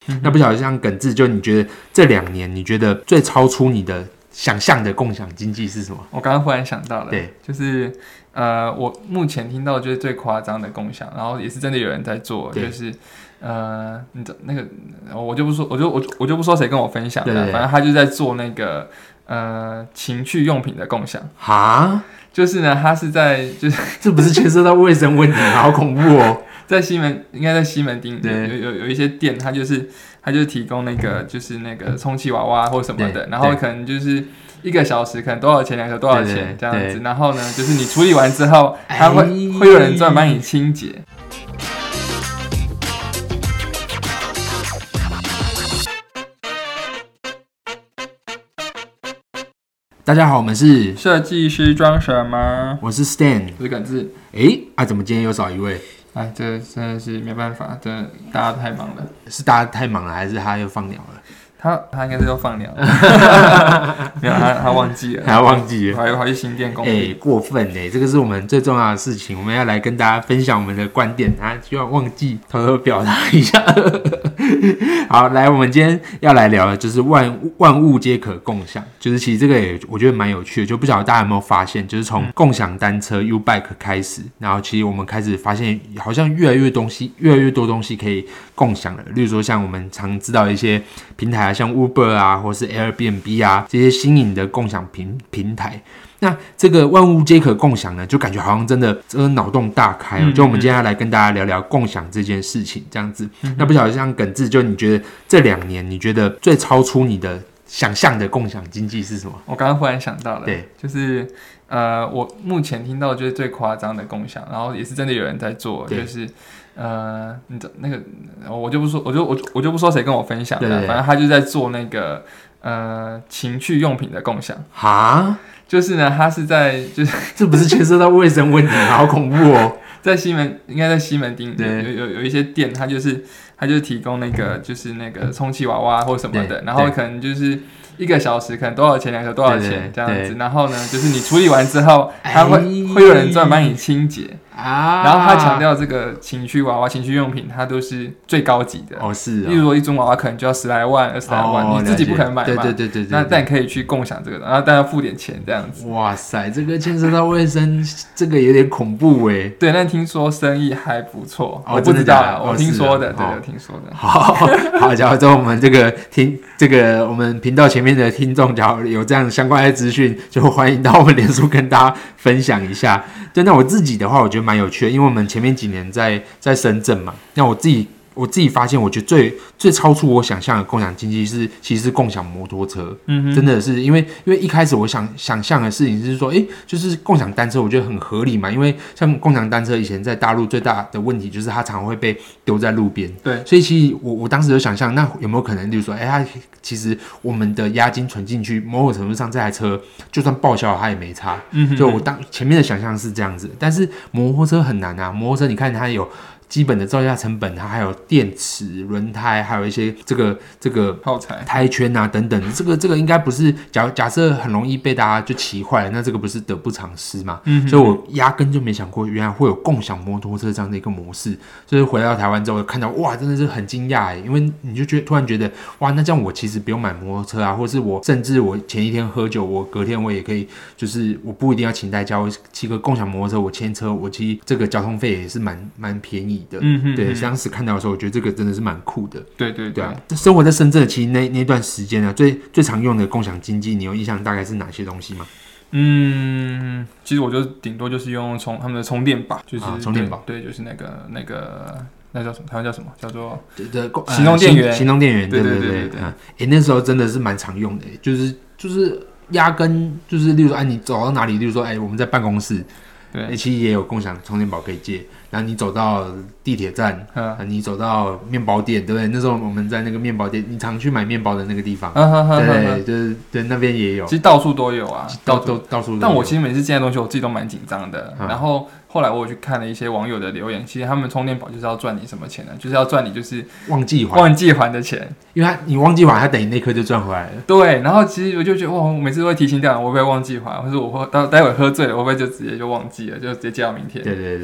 那不晓得像耿志，就你觉得这2年你觉得最超出你的想象的共享经济是什么？ 我刚刚忽然想到了， 对， 就是我目前听到就是最夸张的共享，然后也是真的有人在做，就是你那个我就不说，我就不说谁跟我分享的，反正他就在做那个情趣用品的共享哈。 就是呢，他是在这不是牵涉到卫生问题，好恐怖哦！ 应该在西门町有一些店，他就是提供那个就是那个充气娃娃或什么的，然后可能就是1个小时可能多少钱，2个多少钱这样子，然后呢，就是你处理完之后，他会有人专门帮你清洁。 大家好，我们是设计师装什么？ 我是 Stan， 我是耿志。 怎么今天又少一位？ 这真的是没办法，真的大家太忙了。 是大家太忙了，还是他又放鸟了？ 他应该是又放鸟了，没有他忘记了， 他忘记了， 还去新店工地， 过分这个是我们最重要的事情，我们要来跟大家分享我们的观点，他居然忘记偷偷表达一下。好，来，我们今天要来聊的就是万物皆可共享，就是其实这个我觉得蛮有趣的，就不晓得大家有没有发现，就是从共享单车 U-Bike 开始，然后其实我们开始发现好像越来越多东西可以共享了，例如说像我们常知道一些平台像 Uber 啊，或是 Airbnb 啊，这些新颖的共享平台。那这个万物皆可共享呢，就感觉好像真的脑洞大开就我们今天要来跟大家聊聊共享这件事情，这样子。那不晓得像耿志，就你觉得这2年你觉得最超出你的想象的共享经济是什么？我刚刚忽然想到了， 对，就是我目前听到就是最夸张的共享，然后也是真的有人在做，就是那个我就不说，我就不说谁跟我分享的，反正他就在做那个情趣用品的共享哈。 就是呢，他是在这不是牵涉到卫生问题，好恐怖哦！ 应该在西门町有一些店，他就是提供那个就是那个充气娃娃或什么的，然后可能就是1个小时可能多少钱，2个多少钱这样子，然后呢，就是你处理完之后，他会有人专门帮你清洁。然后他强调这个情趣娃娃、情趣用品，它都是最高级的是例如说一尊娃娃可能就要10来万、20来万，你自己不可能买嘛。对。那但你可以去共享这个，然后但要付点钱这样子。 哇塞，这个牵涉到卫生，这个有点恐怖对，但听说生意还不错，我不知道啦，我听说的，对，我听说的。 好，假如在我们我们频道前面的听众，假如有这样相关的资讯，就欢迎到我们脸书跟大家分享一下。对，那我自己的话，我觉得蛮有趣的，因为我们前面几年在深圳嘛，那我自己发现，我觉得最超出我想象的共享经济其实是共享摩托车。真的是因为一开始我想象的事情是说，就是共享单车，我觉得很合理嘛，因为像共享单车以前在大陆最大的问题就是它常会被丢在路边。对，所以其实我当时就想象，那有没有可能，例如说，它其实我们的押金存进去，某种程度上这台车就算报销了，它也没差。就我前面的想象是这样子，但是摩托车很难啊，摩托车你看它有基本的造价成本，它还有电池、轮胎，还有一些这个耗材、 胎圈啊等等，这个应该不是假设很容易被大家就骑坏了，那这个不是得不偿失嘛？所以我压根就没想过，原来会有共享摩托车这样的一个模式。就是回到台湾之后看到，哇，真的是很惊讶因为你就突然觉得，哇，那这样我其实不用买摩托车啊，或是我甚至我前一天喝酒，我隔天我也可以，就是我不一定要请代驾，我骑个共享摩托车，我牵车，我骑这个交通费也是蛮便宜的。对，当时看到的时候，我觉得这个真的是蛮酷的。对啊，生活在深圳，其实那段时间呢，最常用的共享经济，你有印象大概是哪些东西吗？ 其实我就顶多就是用他们的充电宝，就是充电寶， 对，就是那叫什么？台湾叫什么？叫做行动电源。 行动电源，对。那时候真的是蛮常用的，就是压根就是，例如说，你走到哪里，例如说，我们在办公室，对，其实也有共享充电宝可以借。然后你走到地铁站，你走到面包店，对不对？那时候我们在那个面包店，你常去买面包的那个地方，对，就是对那边也有。其实到处都有啊，到处都有。但我其实每次见的东西，我自己都蛮紧张的。然后后来我有去看了一些网友的留言，其实他们充电宝就是要赚你什么钱呢？就是要赚你就是忘记还的钱， 因为你忘记还，他等于那颗就赚回来了。 对，然后其实我就觉得哇，我每次都会提心吊胆，我会不会忘记还，或者我待会喝醉了，我会不会就直接就忘记了，就直接接到明天？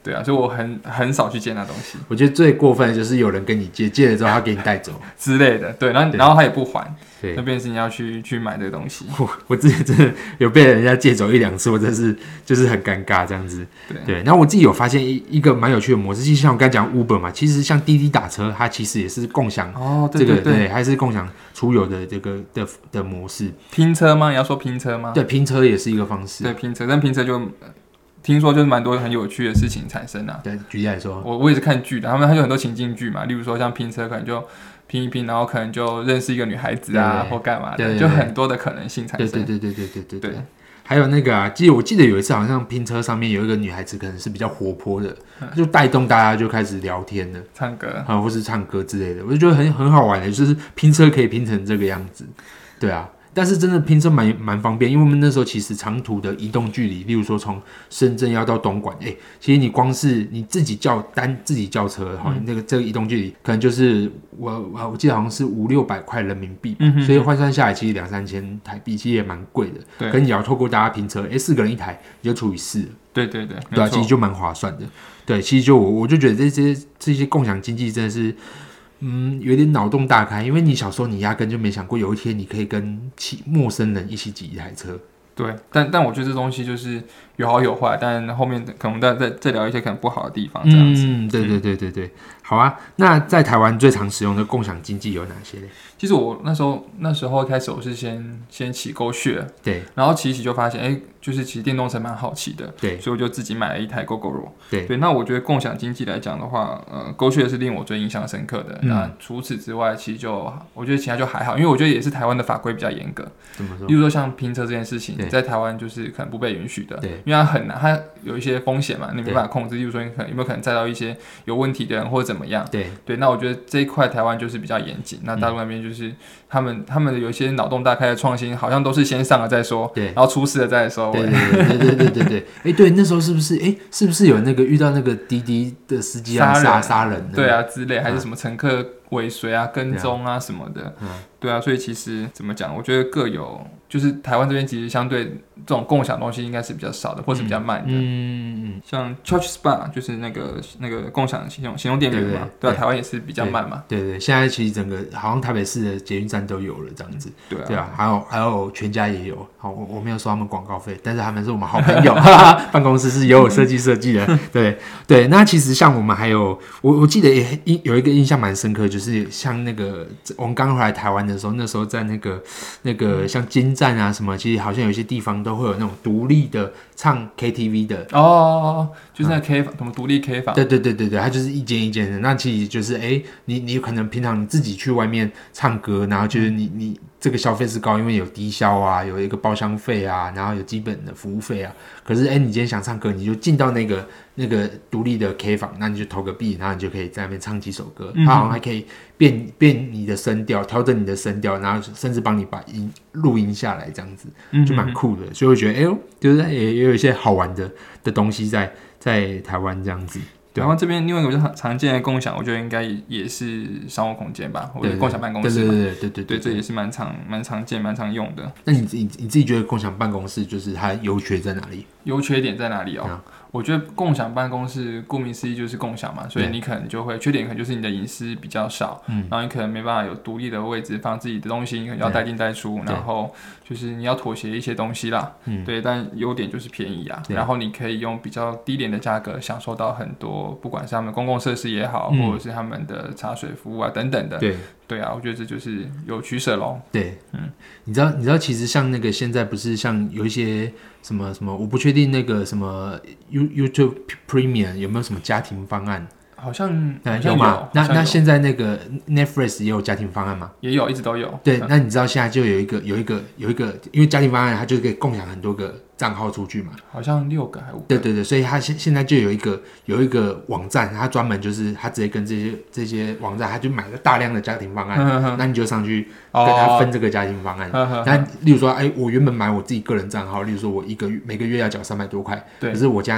对啊，所以我很少去借那东西。 我觉得最过分的就是有人跟你借了之后他给你带走之类的，对，然后他也不还， 对， 那边是你要去买这个东西。 我之前真的有被人家借走1-2次，我真是就是很尴尬这样子。对，然后我自己有发现一个蛮有趣的模式，就像我刚才讲 Uber 嘛，其实像滴滴打车，它其实也是共享这个对，还是共享出游的这个的模式。 拼车吗？你要说拼车吗？ 对，拼车也是一个方式。 对，拼车，但拼车就听说就是蛮多很有趣的事情产生啊。 对，举例来说， 我也是看剧的，他有很多情境剧嘛，例如说像拼车，可能就拼一拼，然后可能就认识一个女孩子啊，或干嘛的，就很多的可能性产生。对。 还有那个啊，我记得有一次好像拼车上面有一个女孩子，可能是比较活泼的，就带动大家就开始聊天了， 唱歌啊，或是唱歌之类的，我就觉得很好玩的，就是拼车可以拼成这个样子，对啊。但是真的拼车蛮方便，因为我们那时候其实长途的移动距离，例如说从深圳要到东莞，其实你光是你自己叫车，那个这个移动距离可能就是我记得好像是500-600块人民币，所以换算下来其实2-3千台币，其实也蛮贵的。对，可你只要透过大家拼车，4个人一台，你就除以4。 对啊，其实就蛮划算的。对，其实我就觉得这些共享经济真的是。有点脑洞大开，因为你小时候你压根就没想过有一天你可以跟陌生人一起挤一台车。 对，但我觉得这东西就是有好有坏，但后面可能再聊一些可能不好的地方，这样子。 对，好啊。那在台湾最常使用的共享经济有哪些呢？ 其实我那时候开始我是先骑GoShare， 对， 然后骑就发现，就是骑电动车蛮好骑的， 对， 所以我就自己买了一台 Gogoro， 对， 那我觉得共享经济来讲的话，GoShare 是令我最印象深刻的。那除此之外，其实我觉得其他就还好，因为我觉得也是台湾的法规比较严格。 怎么说？ 例如说像拼车这件事情，在台湾就是可能不被允许的， 对， 因为它很难，它有一些风险嘛，你没办法控制。例如说你有没有可能载到一些有问题的人或者怎么样？对，那我觉得这一块台湾就是比较严谨，那大陆那边就是他们的有一些脑洞大开的创新，好像都是先上了再说，对，然后出事了再说。 对，对，那时候是不是有那个遇到那个滴滴的司机杀人？ 对啊，之类，还是什么乘客尾随啊、跟踪啊什么的。对啊，所以其实怎么讲，我觉得各有，就是台湾这边其实相对这种共享的东西应该是比较少的，或是比较慢的。像 Charge Spa 就是那个共享行动电源嘛，对啊，台湾也是比较慢嘛。 对，现在其实整个好像台北市的捷运站都有了这样子。对啊，还有全家也有。好，我没有收他们广告费，但是他们是我们好朋友，办公室是有设计的。对，那其实像我们还有，我记得也有一个印象蛮深刻，就是像那个我们刚回来台湾的时候，那时候在那个像金站啊什么，其实好像有些地方都会有那种独立的唱 KTV 的就是那 K 房，什么独立 K 房。 对，它就是一间一间的。那其实就是你可能平常你自己去外面唱歌，然后就是你这个消费是高，因为有低消啊，有一个包厢费啊，然后有基本的服务费啊。可是你今天想唱歌，你就进到那个独立的 K 房，那你就投个币，然后你就可以在那边唱几首歌。它好像还可以变你的声调，调整你的声调，然后甚至帮你把录音下来，这样子就蛮酷的。所以我觉得就是也有一些好玩的东西在台湾这样子。 台湾这边另外一个比较常见的共享，我觉得应该也是商务空间吧，或者共享办公室嘛。对，这也是蛮常见、蛮常用的。 那你自己觉得共享办公室就是它优缺在哪里？ 优缺点在哪里哦？我觉得共享办公室顾名思义就是共享嘛，所以你可能就会缺点可能就是你的隐私比较少，然后你可能没办法有独立的位置放自己的东西，你可能要带进带出，然后就是你要妥协一些东西啦。对，但优点就是便宜啊，然后你可以用比较低廉的价格享受到很多，不管是他们公共设施也好，或者是他们的茶水服务啊等等的。对啊，我觉得这就是有取舍咯。 对，你知道，其实像那个现在不是像有一些什么，我不确定那个什么 YouTube Premium 有没有什么家庭方案？ 好像有吗？那现在那个 Netflix 也有家庭方案吗？ 也有，一直都有。 对，那你知道现在就有一个，因为家庭方案它就可以共享很多个账号出去嘛，好像 6个还5个。 对，所以它现在就有一个网站，它专门就是它直接跟这些网站，它就买了大量的家庭方案，那你就上去跟他分这个家庭方案。那例如说，我原本买我自己个人账号，例如说我每个月要缴300多块，可是我家是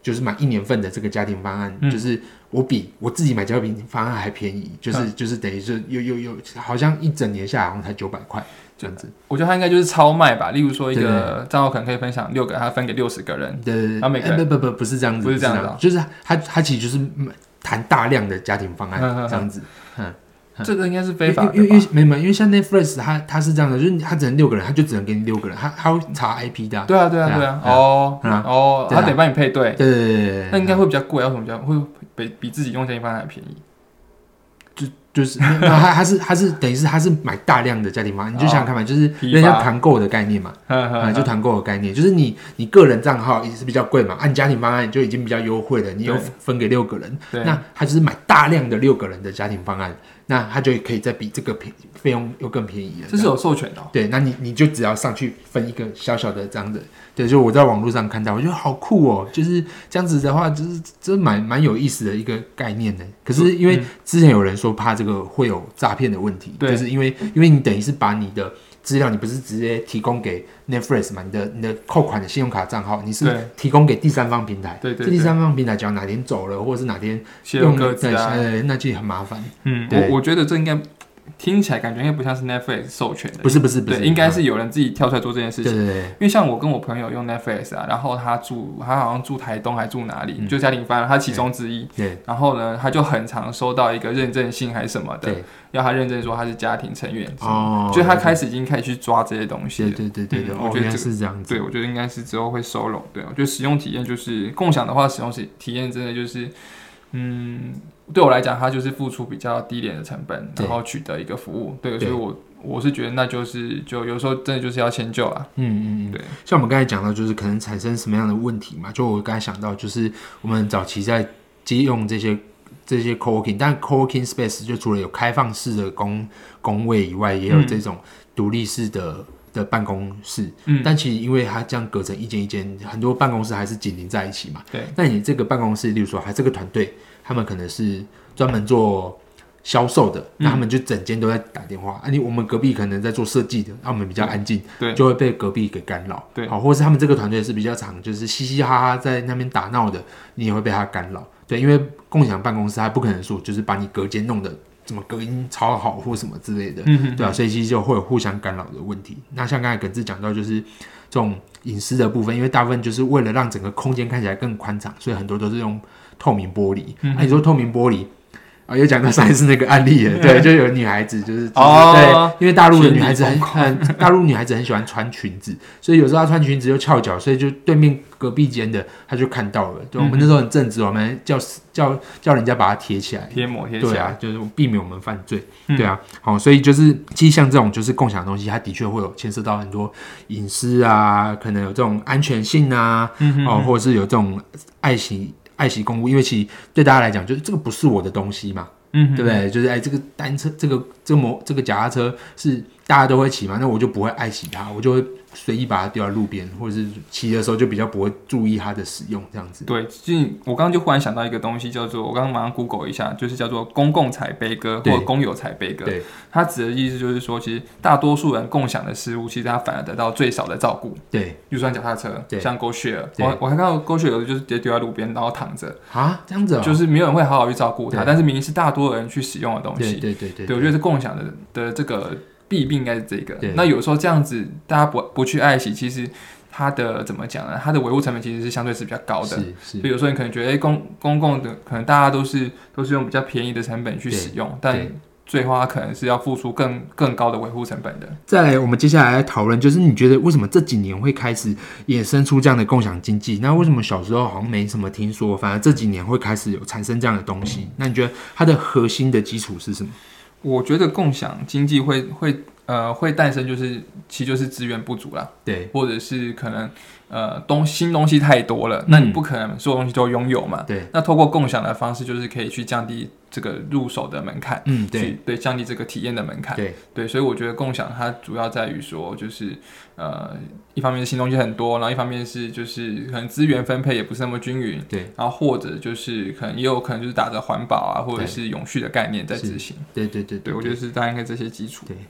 就是买1年份的这个家庭方案，就是我比我自己买家庭方案还便宜，就是等于是有好像一整年下来好像才900块这样子。 我觉得他应该就是超卖吧，例如说一个账号可能可以分享6个，他分给60个人， 对， 然后每个人不是这样子， 不是这样子， 就是他其实就是谈大量的家庭方案这样子， 这个应该是非法的吧？ 因为像 Netflix 它是这样的，就是他只能6个人，他就只能给你6个人，他会查 IP 的。 对啊，他得帮你配对。 对， 那应该会比较贵，要什么会比自己用家庭方案还便宜？ 就是他是等于是他是买大量的家庭方案，你就想想看嘛，就是人家团购的概念嘛，就团购的概念，就是你个人账号也是比较贵嘛，按家庭方案就已经比较优惠了，你又分给6个人，那他就是买大量的6个人的家庭方案，那他就可以再比这个费用又更便宜了。 这是有授权的。 对，那你就只要上去分一个小小的这样的，对，就我在网络上看到，我觉得好酷哦，就是这样子的话，就是这蛮有意思的一个概念的。可是因为之前有人说怕这个会有诈骗的问题，就是因为你等于是把你的资料，你不是直接提供给 Netflix 嘛？你的扣款的信用卡账号，你是提供给第三方平台。 对， 这第三方平台只要哪天走了，或者是哪天用各自啊， 那就很麻烦。 我觉得这应该听起来感觉应该不像是 Netflix 授权的， 不是， 对，应该是有人自己跳出来做这件事情。 对， 因为像我跟我朋友用 Netflix 啊，然后他好像住台东还住哪里，就家庭方案他其中之一。 对， 然后呢，他就很常收到一个认证信还是什么的，要他认证说他是家庭成员，就他已经开始去抓这些东西了。 对， 我觉得是这样子。 对，我觉得应该是之后会收拢。对，我觉得使用体验就是共享的话，使用体验真的就是。对我来讲，它就是付出比较低廉的成本，然后取得一个服务。对，所以我是觉得那就有时候真的就是要迁就啊。对。 像我们刚才讲到，就是可能产生什么样的问题嘛？就我刚才想到，就是我们早期在借用这些 coworking， 但 coworking space 就除了有开放式的工位以外，也有这种独立式的办公室，但其实因为它这样隔成一间一间，很多办公室还是紧邻在一起嘛。 对， 那你这个办公室，例如说，还这个团队，他们可能是专门做销售的，那他们就整间都在打电话。我们隔壁可能在做设计的，那我们比较安静， 对， 就会被隔壁给干扰。 对， 好，或是他们这个团队是比较常就是嘻嘻哈哈在那边打闹的，你也会被他干扰。对，因为共享办公室，他不可能说就是把你隔间弄得什么隔音超好或什么之类的，对啊，所以其实就会有互相干扰的问题。那像刚才耿志讲到，就是这种隐私的部分，因为大部分就是为了让整个空间看起来更宽敞，所以很多都是用透明玻璃。你说透明玻璃有讲到上一次那个案例了，对，就有女孩子就是对，因为大陆的女孩子大陆女孩子很喜欢穿裙子，所以有时候她穿裙子又翘脚，所以就对面隔壁间的她就看到了。对，我们那时候很正直，我们叫人家把它贴起来， 贴起来， 对啊，就是避免我们犯罪，对啊。好，所以就是其实像这种就是共享的东西，它的确会有牵涉到很多隐私啊，可能有这种安全性啊，或者是有这种爱惜公物，因为其实对大家来讲，就是这个不是我的东西嘛，对不对？就是这个单车，这个脚踏车是大家都会骑嘛，那我就不会爱惜它，我就会随意把它丢在路边，或者是骑的时候就比较不会注意它的使用，这样子。 对，我刚刚就忽然想到一个东西，叫做我刚刚马上 Google 一下，就是叫做公共采杯歌或者公有采杯歌。对，它指的意思就是说，其实大多数人共享的事物，其实它反而得到最少的照顾。 对， 就算脚踏车，像 GoShare， 我还看到 GoShare 有的就是直接丢在路边，然后躺着啊，这样子就是没有人会好好去照顾它，但是明明是大多人去使用的东西。 对， 我觉得是共享的这个弊病应该是这个。那有时候这样子大家不去爱惜，其实它的怎么讲呢？它的维护成本其实是相对是比较高的。所以有时候你可能觉得，公共的可能大家都是用比较便宜的成本去使用，但最后它可能是要付出更高的维护成本的。 再来，我们接下来讨论，就是你觉得为什么这几年会开始衍生出这样的共享经济？那为什么小时候好像没什么听说，反而这几年会开始有产生这样的东西？那你觉得它的核心的基础是什么？ 我觉得共享经济会诞生，其实就是资源不足啦，对，或者是可能新东西太多了，那你不可能所有东西都拥有嘛，对，那透过共享的方式，就是可以去降低这个入手的门槛，对，降低这个体验的门槛，对，所以我觉得共享它主要在于说，就是一方面是新东西很多，然后一方面是就是可能资源分配也不是那么均匀，对，然后或者就是也有可能就是打着环保啊，或者是永续的概念在执行， 对， 我觉得是大概应该这些基础， 对。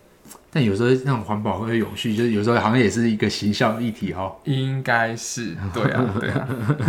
但有时候那种环保会永续，就是有时候好像也是一个行销议题哦。 应该是，对啊，对啊。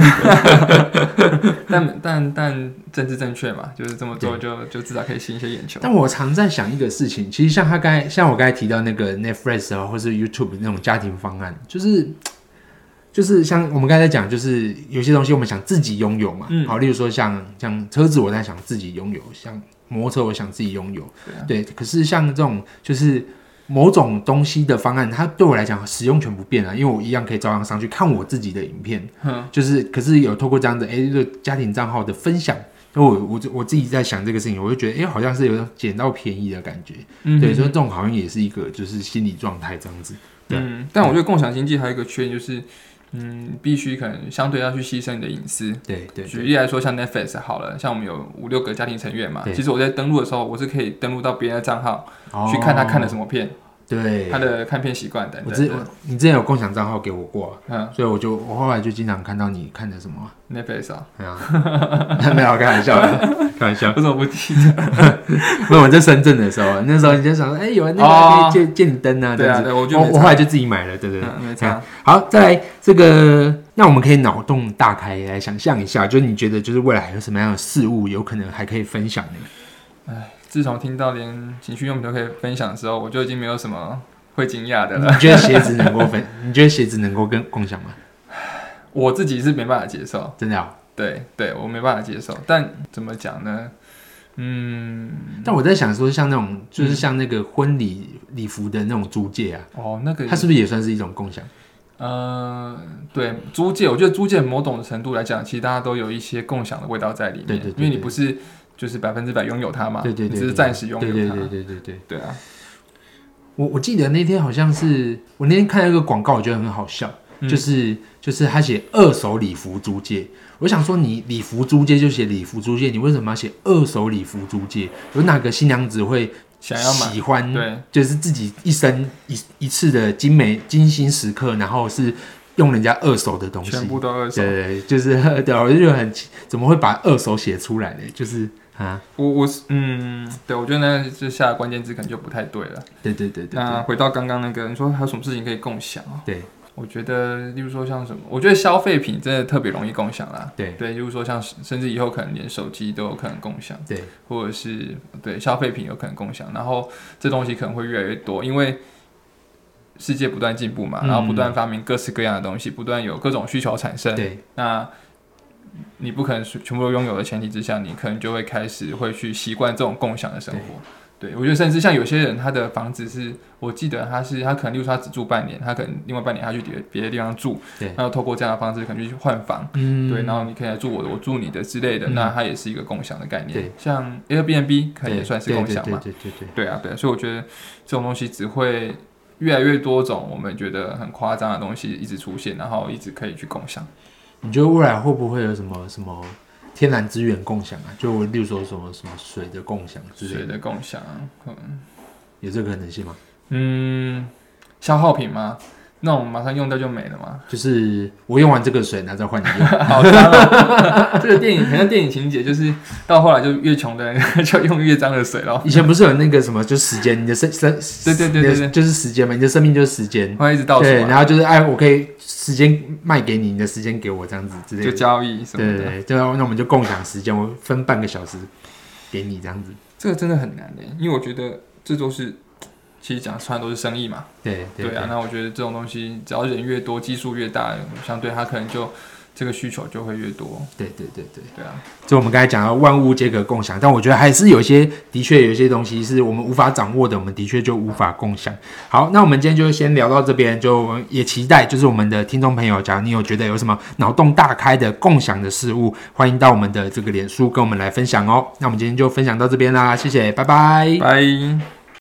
但政治正确嘛，就是这么做就至少可以吸引一些眼球。 但我常在想一个事情，其实像我刚才提到那个 Netflix 啊，或是 YouTube 那种家庭方案，就是像我们刚才讲，就是有些东西我们想自己拥有嘛。好，例如说像车子，我在想自己拥有；像摩托车，我想自己拥有。对，可是像这种就是某种东西的方案，它对我来讲使用权不变啊，因为我一样可以照样上去看我自己的影片。就是可是有透过这样的家庭账号的分享，我自己在想这个事情，我就觉得好像是有捡到便宜的感觉。对，所以这种好像也是一个就是心理状态这样子。 但我觉得共享经济还有一个缺点就是。必须可能相对要去牺牲你的隐私。 对。 举例来说，像 Netflix 好了，像我们有5-6个家庭成员嘛，其实我在登录的时候，我是可以登录到别人的账号，去看他看了什么片， 对， 他的看片习惯等等。 你之前有共享账号给我过，所以我后来就经常看到你看的什么 Netflix 啊， 对啊，没有开玩笑的，开玩笑。 为什么不记得？ 没有，我在深圳的时候，那时候你就想说，有人那个可以借你登啊， 对啊，对，我后来就自己买了，对。 没差。 好，再来这个，那我们可以脑洞大开来想象一下，就是你觉得就是未来还有什么样的事物有可能还可以分享呢？ 自从听到连情趣用品都可以分享的时候，我就已经没有什么会惊讶的了。 你觉得鞋子能够你觉得鞋子能够共享吗？ 我自己是没办法接受， 真的啊？ 对，我没办法接受。但怎么讲呢？ 但我在想说，像那种就是像那个婚礼服的那种租借啊， 那个它是不是也算是一种共享？ 对，租借，我觉得租借某种程度来讲，其实大家都有一些共享的味道在里面。对，因为你不是就是100%拥有它嘛，对，你只是暂时拥有它。对啊。 我记得那天好像是我那天看到一个广告，我觉得很好笑。就是他写二手礼服租借，我想说你礼服租借就写礼服租借，你为什么要写二手礼服租借？有哪个新娘子会想要买？ 喜欢对，就是自己一生一次的精心时刻，然后是用人家二手的东西， 全部都二手。 对，就是对，我就觉得怎么会把二手写出来呢？就是对，我觉得呢，就下的关键字可能就不太对了。 对。 那回到刚刚那个，你说还有什么事情可以共享？ 对。 我觉得，例如说像什么，我觉得消费品真的特别容易共享啦。对，例如说像，甚至以后可能连手机都有可能共享。对，或者是对消费品有可能共享，然后这东西可能会越来越多，因为世界不断进步嘛，然后不断发明各式各样的东西，不断有各种需求产生。对，那你不可能全部都拥有的前提之下，你可能就会开始会去习惯这种共享的生活。对，我觉得甚至像有些人，他的房子是我记得他可能，例如说他只住半年，他可能另外半年他去别的地方住，对，然后透过这样的方式可能去换房，对，然后你可以来住我的，我住你的之类的，那它也是一个共享的概念。像 Airbnb 可能也算是共享嘛，对啊，所以我觉得这种东西只会越来越多种我们觉得很夸张的东西一直出现，然后一直可以去共享。 你觉得未来会不会有什么天然资源共享啊？就例如说什么水的共享之类的。 水的共享， 有这个可能性吗？ 消耗品吗？那种马上用掉就没了吗？ 就是我用完这个水，拿再换你用。 好脏啊！这个电影很像电影情节，就是到后来就越穷的人就用越脏的水咯。 以前不是有那个什么，就时间，你的对，就是时间嘛，你的生命就是时间， 会一直倒数。 对，然后就是我可以时间卖给你，你的时间给我，这样子之类的， 就交易什么的。 对，就那我们就共享时间，我分半个小时给你，这样子。 这个真的很难的，因为我觉得这都是。其实讲穿都是生意嘛，对啊，那我觉得这种东西只要人越多，基数越大，相对它可能就这个需求就会越多。对啊， 就我们刚才讲到万物皆可共享，但我觉得还是的确有一些东西是我们无法掌握的，我们的确就无法共享。好，那我们今天就先聊到这边，就也期待就是我们的听众朋友，假如你有觉得有什么脑洞大开的共享的事物，欢迎到我们的这个脸书跟我们来分享哦。那我们今天就分享到这边啦，谢谢，拜拜， 拜。